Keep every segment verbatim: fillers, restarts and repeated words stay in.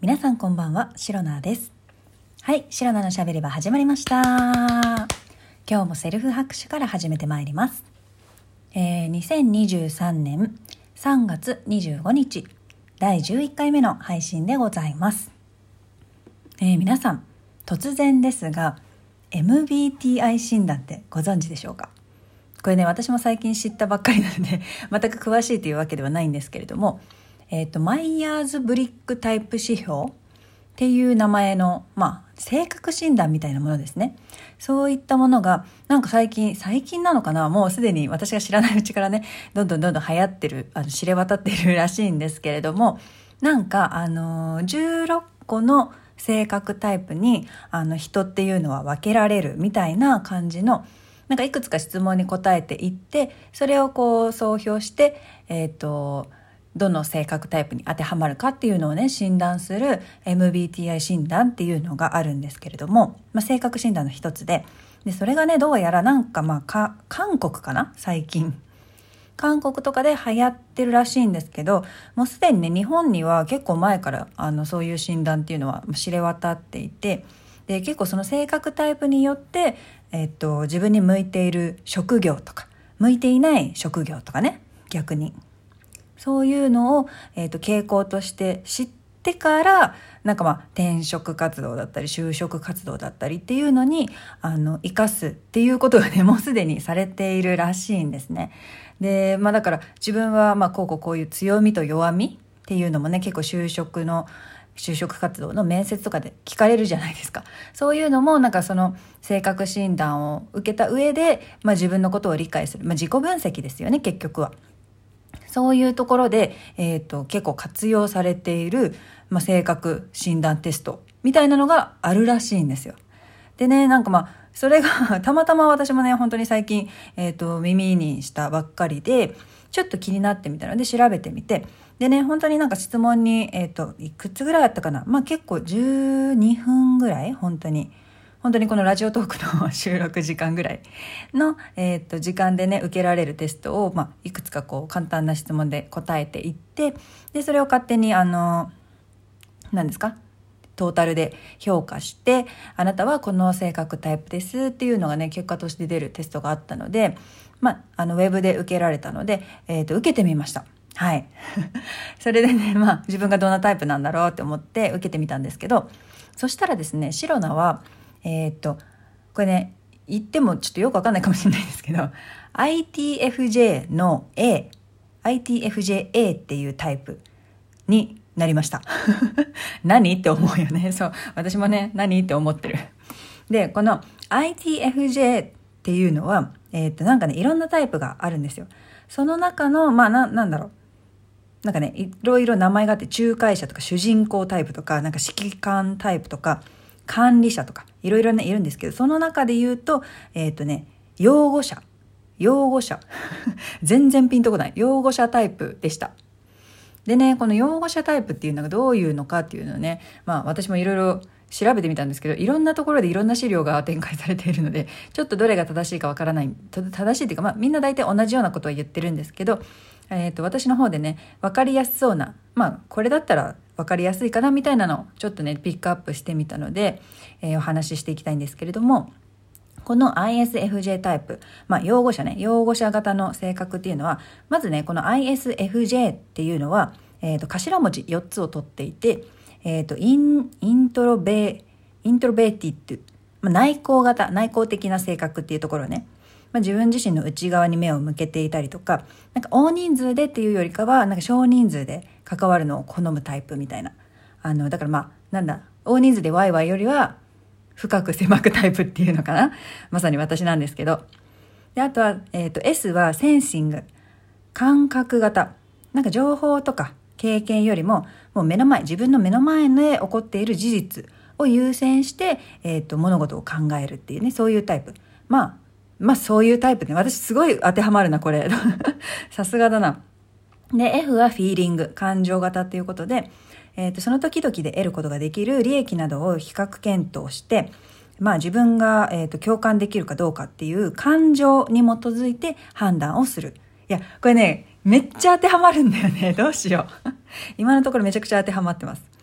皆さんこんばんは、シロナです。はい、シロナのしゃべり場始まりました。今日もセルフ拍手から始めてまいります。えー、にせんにじゅうさんねんさんがつにじゅうごにちだいじゅういっかいめの配信でございます。えー、皆さん突然ですが エムビーティーアイ 診断ってご存知でしょうか？これね、私も最近知ったばっかりなので全く詳しいというわけではないんですけれども、えーと、マイヤーズブリックタイプ指標っていう名前の、まあ、性格診断みたいなものですね。そういったものがなんか最近最近なのかな、もうすでに私が知らないうちからね、どんどんどんどん流行ってる、あの知れ渡っているらしいんですけれども、なんかあのじゅうろっこの性格タイプにあの人っていうのは分けられるみたいな感じの、なんかいくつか質問に答えていって、それをこう総評して、えっとどの性格タイプに当てはまるかっていうのをね、診断する エムビーティーアイ 診断っていうのがあるんですけれども、まあ、性格診断の一つで、でそれがね、どうやらなんかまあか韓国かな、最近韓国とかで流行ってるらしいんですけど、もうすでにね、日本には結構前からあのそういう診断っていうのは知れ渡っていて、で結構その性格タイプによって、えっと、自分に向いている職業とか向いていない職業とかね、逆にそういうのを、えーと、傾向として知ってから、なんかまあ転職活動だったり就職活動だったりっていうのにあの生かすっていうことがね、もうすでにされているらしいんですね。で、まあだから自分はまあこうこうこういう強みと弱みっていうのもね、結構就職の就職活動の面接とかで聞かれるじゃないですか。そういうのもなんかその性格診断を受けた上で、まあ、自分のことを理解する、まあ、自己分析ですよね、結局は。そういうところで、えーと、結構活用されている、まあ、性格診断テストみたいなのがあるらしいんですよ。でね、なんかまあそれがたまたま私もね、本当に最近、えーと、耳にしたばっかりで、ちょっと気になってみたので調べてみて、でね、本当になんか質問に、えーと、いくつぐらいあったかな、まあ結構じゅうにふんぐらい、本当に本当にこのラジオトークの収録時間ぐらいの、えー、と時間でね、受けられるテストを、まあ、いくつかこう簡単な質問で答えていって、でそれを勝手にあの何ですかトータルで評価して、あなたはこの性格タイプですっていうのがね、結果として出るテストがあったので、まあ、あのウェブで受けられたので、えー、と受けてみました。はいそれでね、まあ自分がどんなタイプなんだろうって思って受けてみたんですけど、そしたらですね、シロナはえー、っとこれね、言ってもちょっとよくわかんないかもしれないですけど、 アイティーエフジェー の Aアイティーエフジェーエー っていうタイプになりました何って思うよね。そう、私もね、何って思ってる。で、この アイティーエフジェー っていうのは、えー、っとなんかね、いろんなタイプがあるんですよ。その中のまあ な, なんだろうなんかね、いろいろ名前があって、仲介者とか主人公タイプとか、なんか指揮官タイプとか管理者とかいろいろねいるんですけど、その中で言うと、えっとね、擁護者擁護者全然ピンとこない、擁護者タイプでした。でね、この擁護者タイプっていうのがどういうのかっていうのをね、まあ私もいろいろ調べてみたんですけど、いろんなところでいろんな資料が展開されているので、ちょっとどれが正しいかわからない、正しいっていうか、まあみんな大体同じようなことは言ってるんですけど、えーと、私の方でね、分かりやすそうな、まあこれだったら分かりやすいかなみたいなのをちょっとねピックアップしてみたので、えー、お話ししていきたいんですけれども、この アイエスエフジェー タイプ、まあ擁護者ね、擁護者型の性格っていうのは、まずね、この アイエスエフジェー っていうのは、えーと、頭文字よっつを取っていて、えーと、イン、イントロベ、イントロベーティッド、まあ、内向型、内向的な性格っていうところね、まあ、自分自身の内側に目を向けていたりとか、なんか大人数でっていうよりかは、なんか少人数で関わるのを好むタイプみたいな。あの、だからまあ、なんだ、大人数でワイワイよりは、深く狭くタイプっていうのかな。まさに私なんですけど。で、あとは、えっと、エス はセンシング、感覚型。なんか情報とか経験よりも、もう目の前、自分の目の前で起こっている事実を優先して、えっと、物事を考えるっていうね、そういうタイプ。まあ、まあそういうタイプね。私すごい当てはまるな、これ。さすがだな。で、F はフィーリング、感情型っていうことで、えーと、その時々で得ることができる利益などを比較検討して、まあ自分が、えーと、共感できるかどうかっていう感情に基づいて判断をする。いや、これね、めっちゃ当てはまるんだよね。どうしよう。今のところめちゃくちゃ当てはまってます。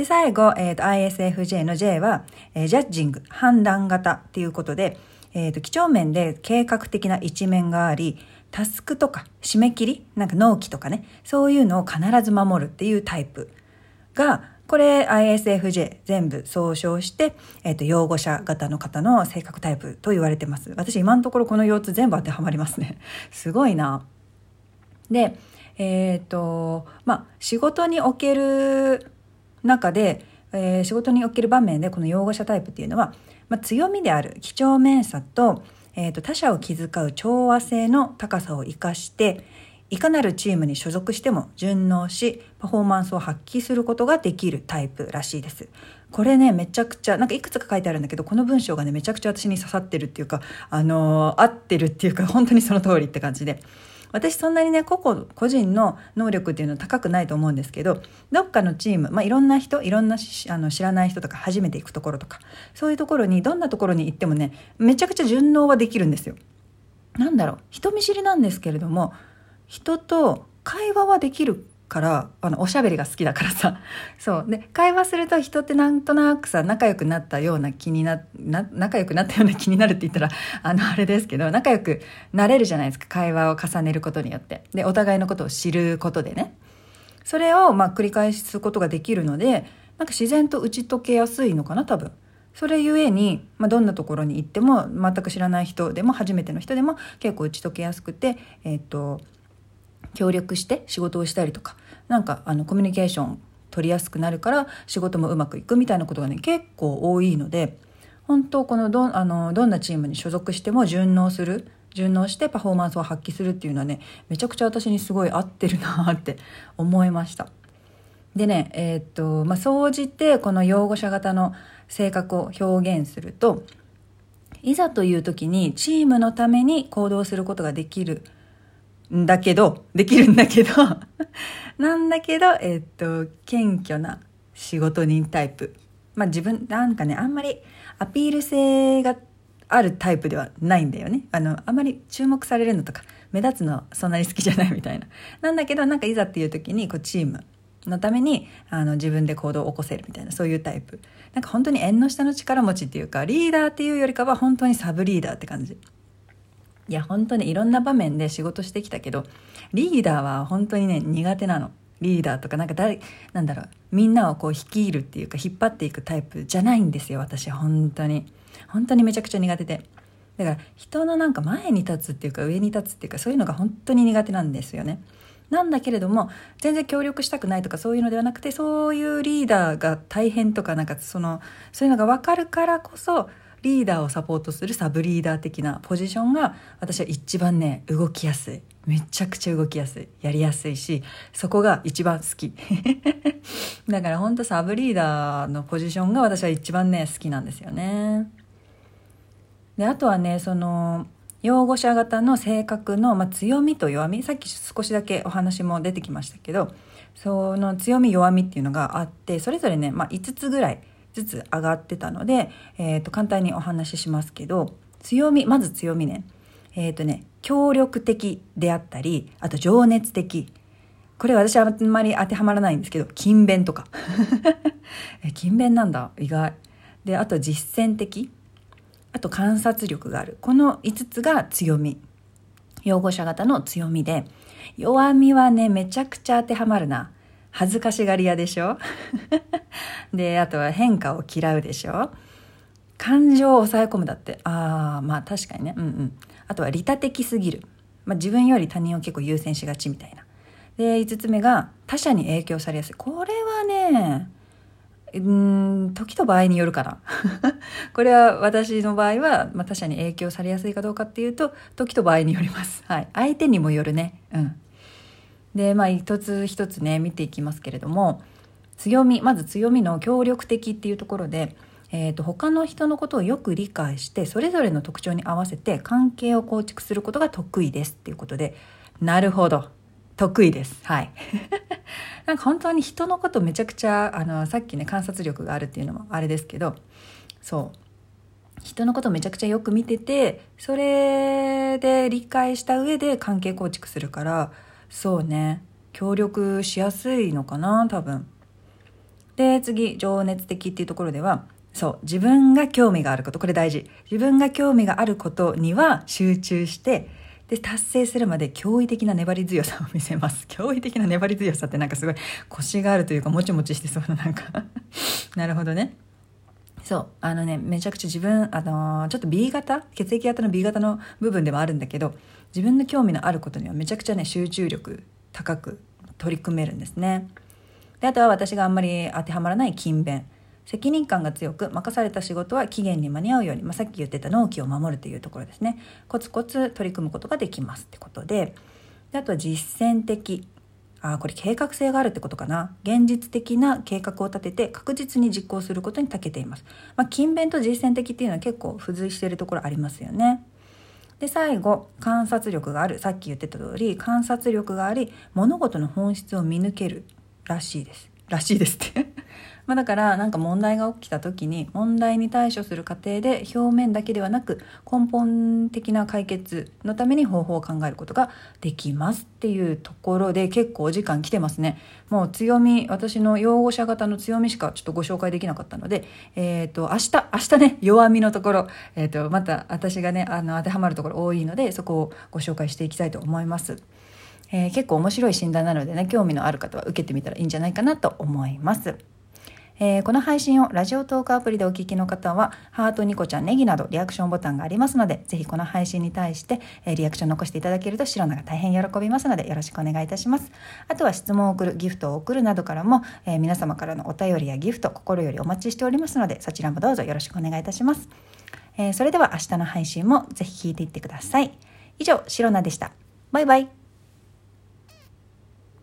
で最後、えー、と アイエスエフジェー の J は、えー、ジャッジング、判断型っていうことで、えー、と几帳面で計画的な一面があり、タスクとか締め切り、なんか納期とかね、そういうのを必ず守るっていうタイプが、これ アイエスエフジェー 全部総称して、えー、と擁護者型の方の性格タイプと言われてます。私今のところこのよっつ全部当てはまりますね。すごいな。で、えっ、ー、と、まあ、仕事における中で、えー、仕事における場面でこの擁護者タイプっていうのは、まあ、強みである几帳面さと、えーと、他者を気遣う調和性の高さを生かして、いかなるチームに所属しても順応し、パフォーマンスを発揮することができるタイプらしいです。これね、めちゃくちゃ、なんかいくつか書いてあるんだけど、この文章がね、めちゃくちゃ私に刺さってるっていうか、あのー、合ってるっていうか、本当にその通りって感じで。私そんなにね、個々個人の能力っていうのは高くないと思うんですけど、どっかのチーム、まあ、いろんな人いろんなあの知らない人とか初めて行くところとか、そういうところにどんなところに行ってもね、めちゃくちゃ順応はできるんですよ。なんだろう、人見知りなんですけれども、人と会話はできるから、あのおしゃべりが好きだからさ、そうで会話すると人ってなんとなくさ、仲良くなったような気になな仲良くなったような気になるって言ったらあのあれですけど、仲良くなれるじゃないですか、会話を重ねることによって。でお互いのことを知ることでね、それをまあ繰り返すことができるので、なんか自然と打ち解けやすいのかな、多分。それゆえに、まあ、どんなところに行っても全く知らない人でも初めての人でも結構打ち解けやすくて、えっと協力して仕事をしたりとか、なんかあのコミュニケーション取りやすくなるから仕事もうまくいくみたいなことがね、結構多いので、本当このどあのどんなチームに所属しても順応する順応してパフォーマンスを発揮するっていうのはね、めちゃくちゃ私にすごい合ってるなって思いました。でね、えーっとまあ総じてこの擁護者型の性格を表現すると、いざという時にチームのために行動することができるんだけど、できるんだけど、なんだけど、えっと、謙虚な仕事人タイプ。まあ自分、なんかね、あんまりアピール性があるタイプではないんだよね。あの、あんまり注目されるのとか、目立つのそんなに好きじゃないみたいな。なんだけど、なんかいざっていう時に、こう、チームのために、あの、自分で行動を起こせるみたいな、そういうタイプ。なんか本当に縁の下の力持ちっていうか、リーダーっていうよりかは本当にサブリーダーって感じ。いや本当にいろんな場面で仕事してきたけど、リーダーは本当にね苦手なの。リーダーとかなんか誰なんだろう、みんなをこう率いるっていうか引っ張っていくタイプじゃないんですよ。私本当に本当にめちゃくちゃ苦手で、だから人のなんか前に立つっていうか上に立つっていうか、そういうのが本当に苦手なんですよね。なんだけれども全然協力したくないとかそういうのではなくて、そういうリーダーが大変とかなんかそのそういうのが分かるからこそ、リーダーをサポートするサブリーダー的なポジションが私は一番ね動きやすい。めちゃくちゃ動きやすい、やりやすいし、そこが一番好きだから本当サブリーダーのポジションが私は一番ね好きなんですよね。であとはね、その擁護者型の性格の、まあ、強みと弱み、さっき少しだけお話も出てきましたけど、その強み弱みっていうのがあって、それぞれね、まあ、いつつぐらいずつ上がってたので、えー、と簡単にお話ししますけど、強み、まず強みね、えっ、ー、とね協力的であったり、あと情熱的、これ私はあんまり当てはまらないんですけど、勤勉とかえ勤勉なんだ、意外で、あと実践的、あと観察力がある。このいつつが強み、擁護者型の強みで、弱みはねめちゃくちゃ当てはまるな。恥ずかしがり屋でしょであとは変化を嫌うでしょ、感情を抑え込むだって。ああまあ確かにね、うんうん。あとは利他的すぎる、まあ、自分より他人を結構優先しがちみたいな。でいつつめが他者に影響されやすい。これはねうーん時と場合によるかなこれは私の場合は、まあ、他者に影響されやすいかどうかっていうと時と場合によります。はい、相手にもよるね。うんでまあ一つ一つね見ていきますけれども、強み、まず強みの協力的っていうところで、えーと、他の人のことをよく理解してそれぞれの特徴に合わせて関係を構築することが得意ですっていうことで、なるほど得意です。はいなんか本当に人のことめちゃくちゃあのさっきね観察力があるっていうのもあれですけど、そう人のことをめちゃくちゃよく見てて、それで理解した上で関係構築するから、そうね協力しやすいのかな多分。 で次、情熱的っていうところでは、そう自分が興味があること、これ大事。自分が興味があることには集中して、で達成するまで驚異的な粘り強さを見せます。驚異的な粘り強さってなんかすごい腰があるというか、もちもちしてそうな、なんかなるほどね。そうあのねめちゃくちゃ自分、あのー、ちょっと ビー 型、血液型の ビー 型の部分でもあるんだけど、自分の興味のあることにはめちゃくちゃね集中力高く取り組めるんですね。であとは私があんまり当てはまらない勤勉、責任感が強く、任された仕事は期限に間に合うように、まあ、さっき言ってた納期を守るというところですね。コツコツ取り組むことができますってことで、であとは実践的、あこれ計画性があるってことかな。現実的な計画を立てて確実に実行することに長けています。まあ、勤勉と実践的っていうのは結構付随しているところありますよね。で最後、観察力がある。さっき言ってた通り観察力があり、物事の本質を見抜けるらしいですらしいですってまあだからなんか問題が起きた時に、問題に対処する過程で表面だけではなく根本的な解決のために方法を考えることができますっていうところで、結構お時間来てますね。もう強み、私の擁護者型の強みしかちょっとご紹介できなかったので、えっと明日明日ね弱みのところ、えっとまた私がねあの当てはまるところ多いので、そこをご紹介していきたいと思います。えー、結構面白い診断なのでね、興味のある方は受けてみたらいいんじゃないかなと思います。えー、この配信をラジオトークアプリでお聞きの方は、ハート、ニコちゃん、ネギなどリアクションボタンがありますので、ぜひこの配信に対して、えー、リアクション残していただけるとシロナが大変喜びますので、よろしくお願いいたします。あとは質問を送る、ギフトを送るなどからも、えー、皆様からのお便りやギフト、心よりお待ちしておりますので、そちらもどうぞよろしくお願いいたします。えー、それでは明日の配信もぜひ聞いていってください。以上、シロナでした。バイバイ。